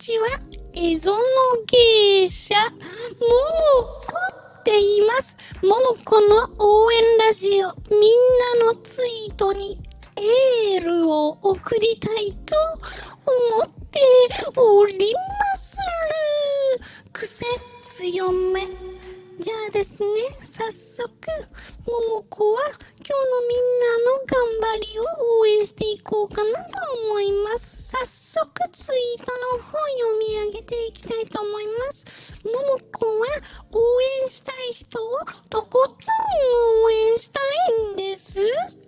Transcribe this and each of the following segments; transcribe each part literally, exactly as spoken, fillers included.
ちは、蝦夷の芸者、ももこって言います。ももこの応援ラジオ、みんなのツイートにエールを送りたいと思っておりまする。癖強め。じゃあですね、早速、ももこは今日のみんなの頑張りを応援していこうかなと思います。早速ツイートの方読み上げていきたいと思います。ももこは応援したい人をとことん応援したいんです。な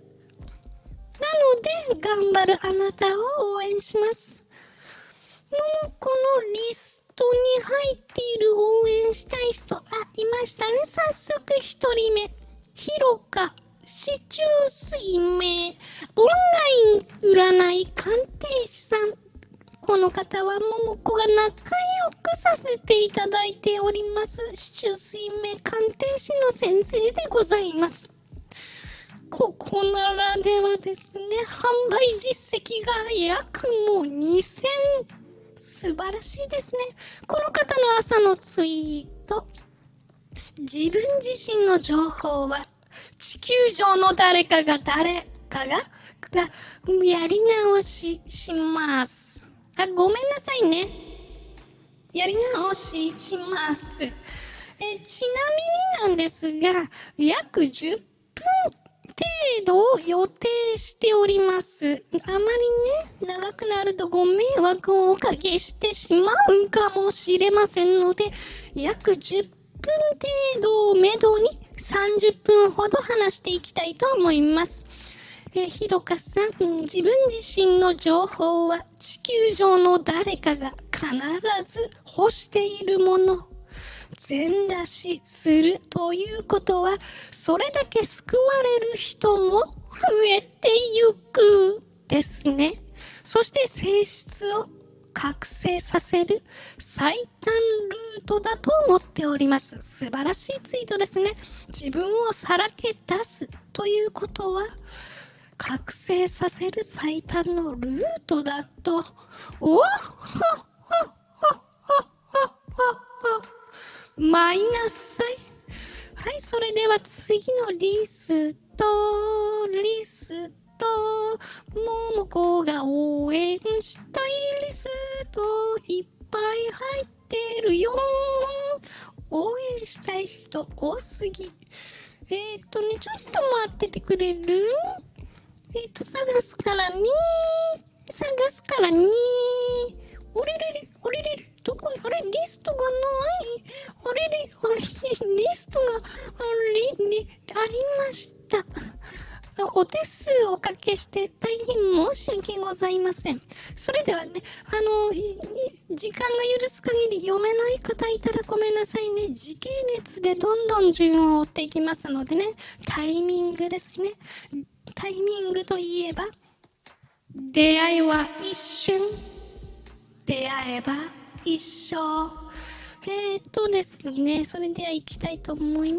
ので頑張るあなたを応援します。ももこのリストに入っている応援したい人、あ、いましたね。早速一人目。ひろか、四柱推命、オンライン占い鑑定士さん。この方はももこが仲良くさせていただいております。四柱推命鑑定士の先生でございます。ここならではですね、販売実績が約もうにせん、素晴らしいですね。この方の朝のツイート。自分自身の情報は地球上の誰かが誰かががやり直しします。あ、ごめんなさいね。やり直しします。えちなみになんですが、約じゅっぷん程度を予定しております。あまりね、長くなるとご迷惑をおかけしてしまうかもしれませんので、約じゅっぷん程度をめどにさんじゅっぷんほど話していきたいと思います。えひろかさん、自分自身の情報は地球上の誰かが必ず欲しているもの。全出しするということは、それだけ救われる人も増えてゆくですね。そして性質を覚醒させる最短ルートだと思っております。素晴らしいツイートですね。自分をさらけ出すということは、覚醒させる最短のルートだと、おっほっほっほっほっほっほマイナスはい、それでは次のリスト、リスト、ももこが応援したいリスト、いっぱい入ってるよ。応援したい人多すぎ。えーっとね、ちょっと待っててくれる？えーっと、探すからね。探すからね。おれれれ、おれれれ、どこ、あれ、リストがない。あれれ、あれ、リストが、あれ、ね、ありました。お手数おかけして大変申し訳ございません。それではね、あの、時間が許す限り読めない方いたらごめんなさいね。時系列でどんどん順を追っていきますのでね、タイミングですね。タイミングといえば、出会いは一瞬。出会えば一生。えーっとですね、それでは行きたいと思います。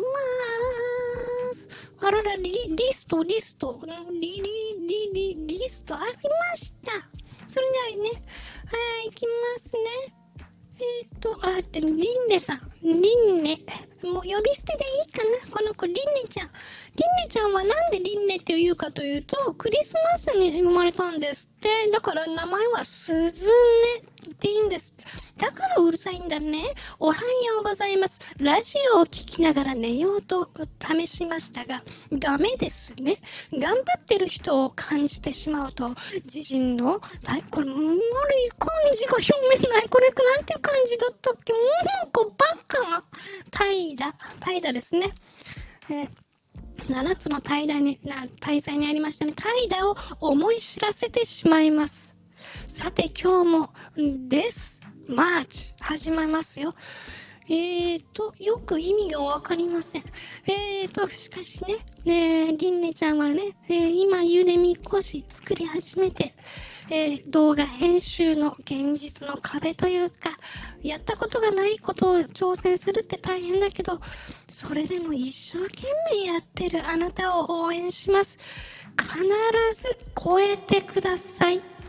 あらら、リ、リスト、リスト、リ、リ、リ、リ、リストありました。それではね、はい、行きますね。えーっと、あ、リンネさん、リンネ、もう呼び捨てでいいかな、この子、リンネちゃん。リンネちゃんはなんでリンネって言うかというと、クリスマスに生まれたんですって。だから名前はスズネって言うんです。だからうるさいんだね。おはようございます。ラジオを聞きながら寝ようと試しましたが、ダメですね。頑張ってる人を感じてしまうと、自身の、これ、悪い漢字が読めない。これ、なんていう漢字だったっけ？もう、こバカ。怠惰。怠惰ですね。えーななつの怠惰に、な、大罪にありましたね。怠惰を思い知らせてしまいます。さて今日も、です。マーチ、始まりますよ。えーと、よく意味がわかりません。えーと、しかしね、ねえ、りんねちゃんはね、えー、今、ゆでみこし作り始めて、えー、動画編集の現実の壁というか、やったことがないことを挑戦するって大変だけど、それでも一生懸命やってるあなたを応援します。必ず超えてください。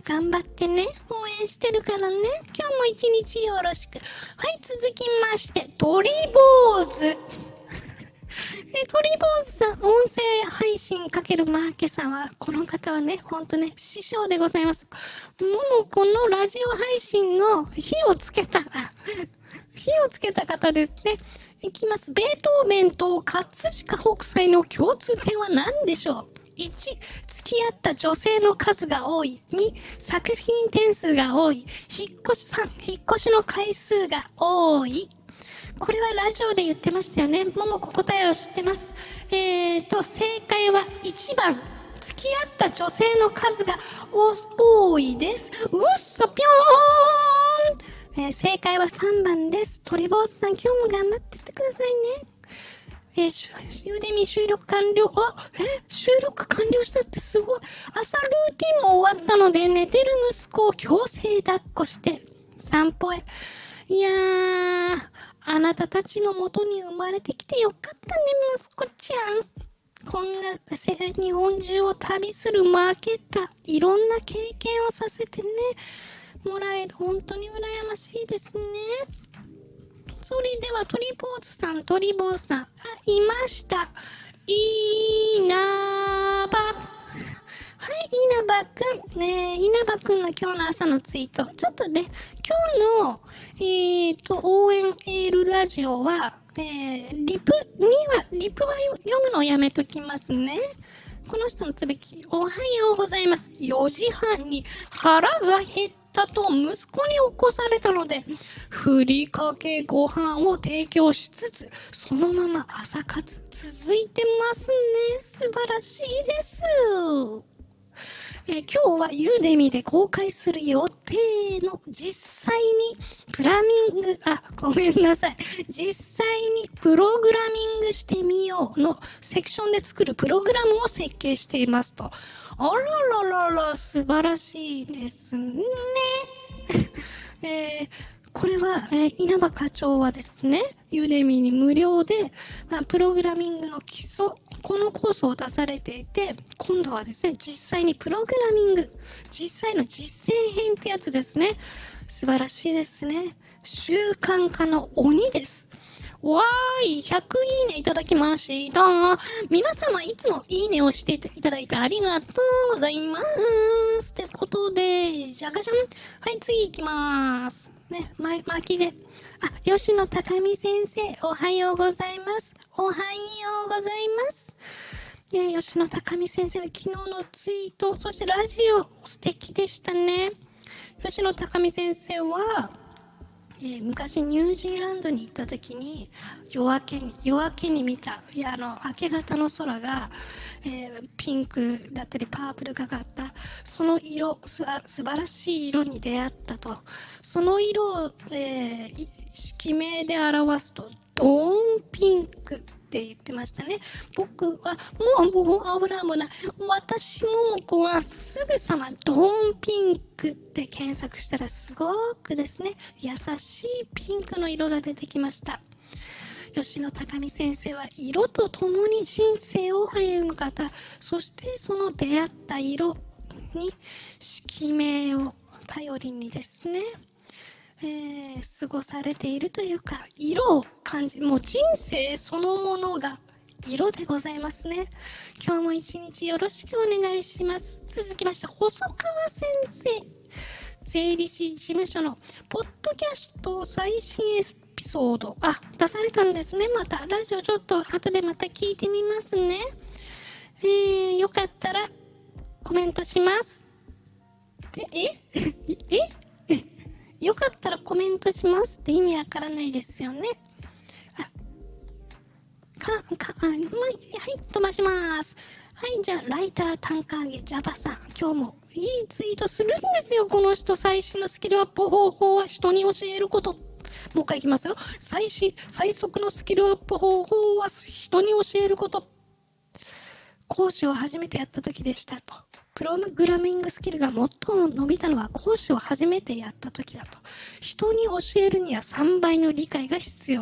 頑張ってね。応援してるからね。今日も一日よろしく。はい、続きまして、鳥坊主。え、鳥坊主さん、音声配信かけるマーケさんは、この方はね、ほんとね、師匠でございます。ももこのラジオ配信の火をつけた、火をつけた方ですね。いきます。ベートーベンと葛飾北斎の共通点は何でしょう？いち、付き合った女性の数が多い。に、作品点数が多い。引っ越し、さん、引っ越しの回数が多い。これはラジオで言ってましたよね。ももこ答えを知ってます。えーと、正解はいちばん。付き合った女性の数が多いです。うっそぴょーん、えー、正解はさんばんです。鳥坊主さん、今日も頑張ってってくださいね。えー、ユーデミ収録完了。あ、え、収録完了したってすごい。朝ルーティンも終わったので、寝てる息子を強制抱っこして散歩へ。いやー、あなたたちの元に生まれてきてよかったね、息子ちゃん。こんな日本中を旅するマーケッター、いろんな経験をさせてね、もらえる。本当に羨ましいですね。それでは、鳥坊主さん、鳥坊主さん、あ、いました。稲葉。はい、稲葉くん。ね、稲葉くんの今日の朝のツイート。ちょっとね、今日の、えーと、応援エールラジオは、えー、リプには、リプは読むのをやめときますね。この人のつぶき、おはようございます。よじはんに腹が減ったと息子に起こされたので、ふりかけご飯を提供しつつ、そのまま朝活続いてますね。素晴らしいです。えー、今日はユーデミで公開する予定の実際にプラミング、あ、ごめんなさい。実際にプログラミングしてみようのセクションで作るプログラムを設計していますと。あらららら、素晴らしいですね。えーこれは、えー、稲葉課長はですね、ユーデミに無料で、まあ、プログラミングの基礎、このコースを出されていて、今度はですね、実際にプログラミング、実際の実践編ってやつですね。素晴らしいですね。習慣化の鬼です。わーい、ひゃくいいねいただきました。皆様いつもいいねをしていただいてありがとうございます。ってことで、じゃがじゃん。はい、次行きます。ね、ま、巻きで。あ、吉野高美先生、おはようございます。おはようございます。ね、吉野高美先生の昨日のツイート、そしてラジオ、素敵でしたね。吉野高美先生は、えー、昔ニュージーランドに行った時に夜明けに夜明けに見たいやあの明け方の空が、えー、ピンクだったりパープルがかったその色す素晴らしい色に出会ったと。その色を、えー、色名で表すとドーンピンクって言ってましたね。僕はもうもう油もない。私ももこはすぐさまドーンピンクって検索したらすごくですね、優しいピンクの色が出てきました。吉野高美先生は色とともに人生を歩む方、そしてその出会った色に色名を頼りにですね、えー、過ごされているというか、色を感じ、もう人生そのものが色でございますね。今日も一日よろしくお願いします。続きまして、細川先生。税理士事務所のポッドキャスト最新エピソード、あ、出されたんですね。また、ラジオちょっと後でまた聞いてみますね。えー、よかったらコメントします。えええよかったらコメントしますって意味わからないですよね。あ、か、か、あ、はい、飛ばします。はい、じゃあ、ライター単価上げ、ジャバさん。今日もいいツイートするんですよ、この人。最新のスキルアップ方法は人に教えること。もう一回いきますよ。最新、最速のスキルアップ方法は人に教えること。講師を初めてやった時でしたと。プログラミングスキルが最も伸びたのは講師を初めてやった時だと。人に教えるにはさんばいの理解が必要。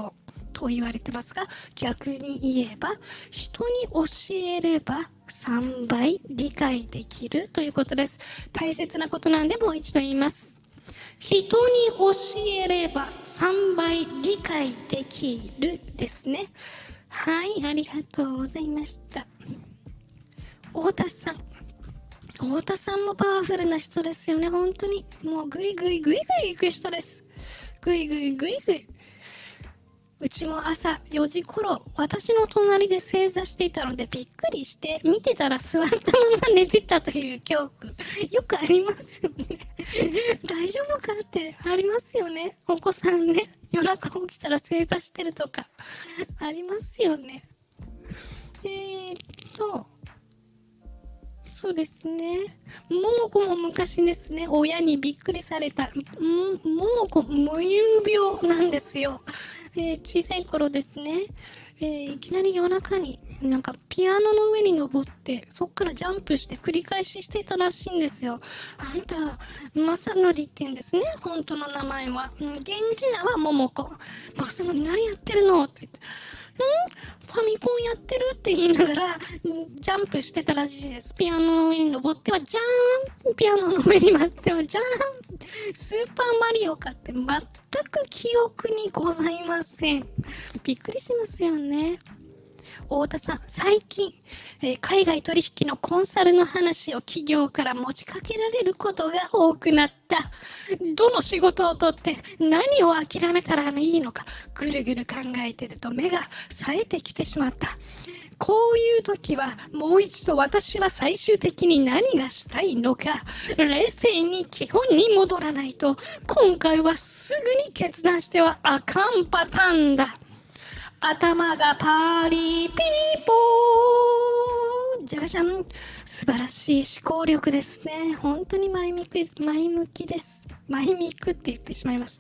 と言われてますが、逆に言えば人に教えればさんばい理解できるということです。大切なことなんでもう一度言います。人に教えればさんばい理解できるですね。はい、ありがとうございました。太田さん。太田さんもパワフルな人ですよね。本当に。もうぐいぐいぐいぐい行く人です。ぐいぐいぐいぐい。うちも朝よじ頃、私の隣で正座していたのでびっくりして、見てたら座ったまま寝てたという恐怖。よくありますよね。大丈夫かってありますよね。お子さんね、夜中起きたら正座してるとか。ありますよね。えーっと、そうですね。ももこも昔ですね、親にびっくりされた。ももこ無遊病なんですよ。えー、小さい頃ですね、えー、いきなり夜中になんかピアノの上に登ってそっからジャンプして繰り返ししていたらしいんですよ。あんたまさのりって言うんですね、本当の名前は。源氏名は桃子。まさのり何やってるのって言って、んファミコンやってるって言いながらジャンプしてたらしいです。ピアノの上に登ってはジャーン、ピアノの上に待ってはジャーン、スーパーマリオかって全く記憶にございません。びっくりしますよね。太田さん、最近、えー、海外取引のコンサルの話を企業から持ちかけられることが多くなった。どの仕事を取って何を諦めたらいいのか、ぐるぐる考えてると目が冴えてきてしまった。こういう時はもう一度私は最終的に何がしたいのか、冷静に基本に戻らないと、今回はすぐに決断してはあかんパターンだ。頭がパーリーピーポー、じゃがじゃん。素晴らしい思考力ですね。本当に前向き、前向きです。前向くって言ってしまいました。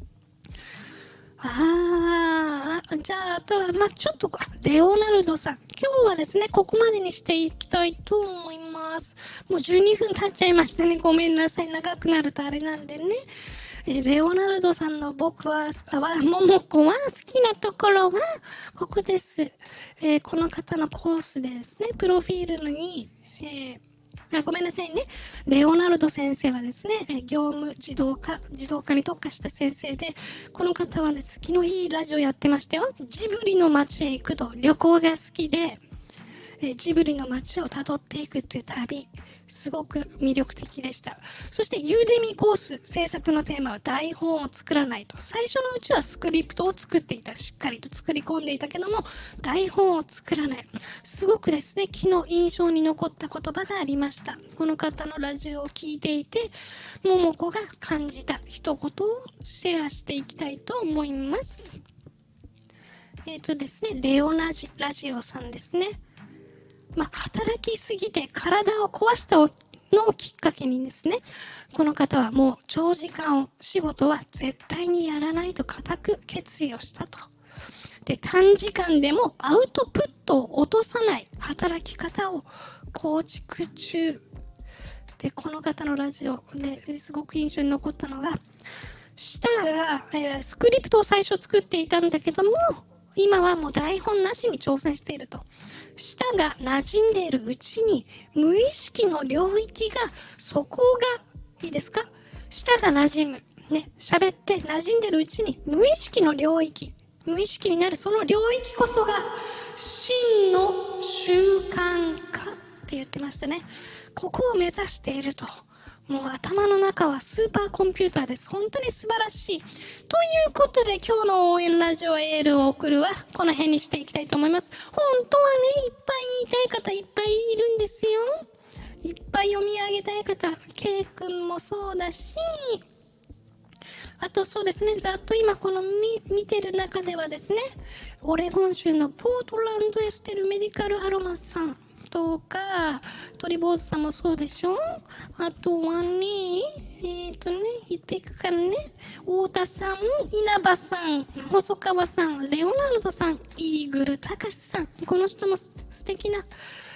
ああ、じゃあ、あとは、まあ、ちょっと、レオナルドさん。今日はですね、ここまでにしていきたいと思います。もうじゅうにふん経っちゃいましたね。ごめんなさい。長くなるとあれなんでね。えレオナルドさんの僕は、は、ももこは好きなところは、ここです。えー、この方のコースでですね、プロフィールに、えーあごめんなさいね。レオナルド先生はですね、業務自動化、自動化に特化した先生で、この方はね、好きのいいラジオやってましたよ。ジブリの街へ行くと旅行が好きで、えジブリの街を辿っていくっていう旅、すごく魅力的でした。そしてユーデミコース制作のテーマは台本を作らないと。最初のうちはスクリプトを作っていた。しっかりと作り込んでいたけども、台本を作らない。すごくですね、昨日印象に残った言葉がありました。この方のラジオを聞いていて、桃子が感じた一言をシェアしていきたいと思います。えっとですね、レオナジラジオさんですね。まあ、働きすぎて体を壊したのをきっかけにですね、この方はもう長時間仕事は絶対にやらないと固く決意をしたと。で、短時間でもアウトプットを落とさない働き方を構築中。で、この方のラジオですごく印象に残ったのが、舌が、えー、スクリプトを最初作っていたんだけども、今はもう台本なしに挑戦していると。舌が馴染んでいるうちに無意識の領域が、そこがいいですか、舌が馴染むね、喋って馴染んでるうちに無意識の領域、無意識になるその領域こそが真の習慣化って言ってましたね。ここを目指していると。もう頭の中はスーパーコンピューターです。本当に素晴らしい。ということで今日の応援ラジオエールを送るはこの辺にしていきたいと思います。本当はね、いっぱい言いたい方いっぱいいるんですよ。いっぱい読み上げたい方、K 君もそうだし、あとそうですね、ざっと今この 見, 見てる中ではですね、オレゴン州のポートランドエステルメディカルアロマさんとか、鳥坊主さんもそうでしょ。あとはね、えっ、ー、とね、言っていくからね、太田さん、稲葉さん、細川さん、レオナルドさん、イーグルたかしさん、この人も素敵な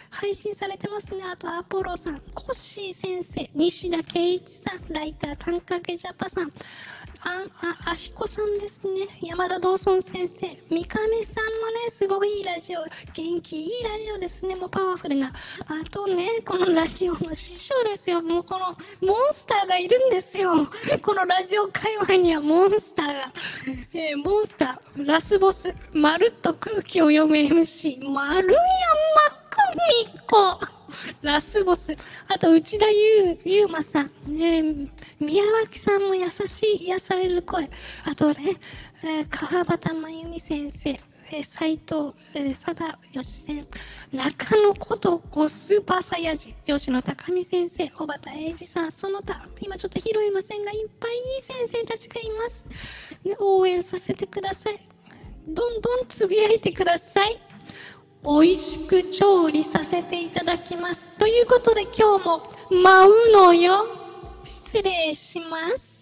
配信されてますね。あと、アポロさん、コッシー先生、西田圭一さん、ライター、たんかけジャパさん、あ、あ、あひこさんですね。山田道尊先生、三上さんもね、すごいいいラジオ、元気いいラジオですね。もうパワフルな。あとね、このラジオの師匠ですよ。もうこのモンスターがいるんですよ。このラジオ界隈にはモンスターが。えー、モンスター、ラスボス、まるっと空気を読む エムシー、丸山久美子。ラスボス。あと、内田ゆう、ゆうまさん。ね、宮脇さんも優しい、癒される声。あとね、えー、川端真由美先生。えー、斉藤、えー、佐田義先中野ことこスーパーサイヤ人。吉野高美先生。小畑英二さん。その他、今ちょっと拾いませんが、いっぱいいい先生たちがいます。ね、応援させてください。どんどんつぶやいてください。美味しく調理させていただきます。ということで今日も舞うのよ。失礼します。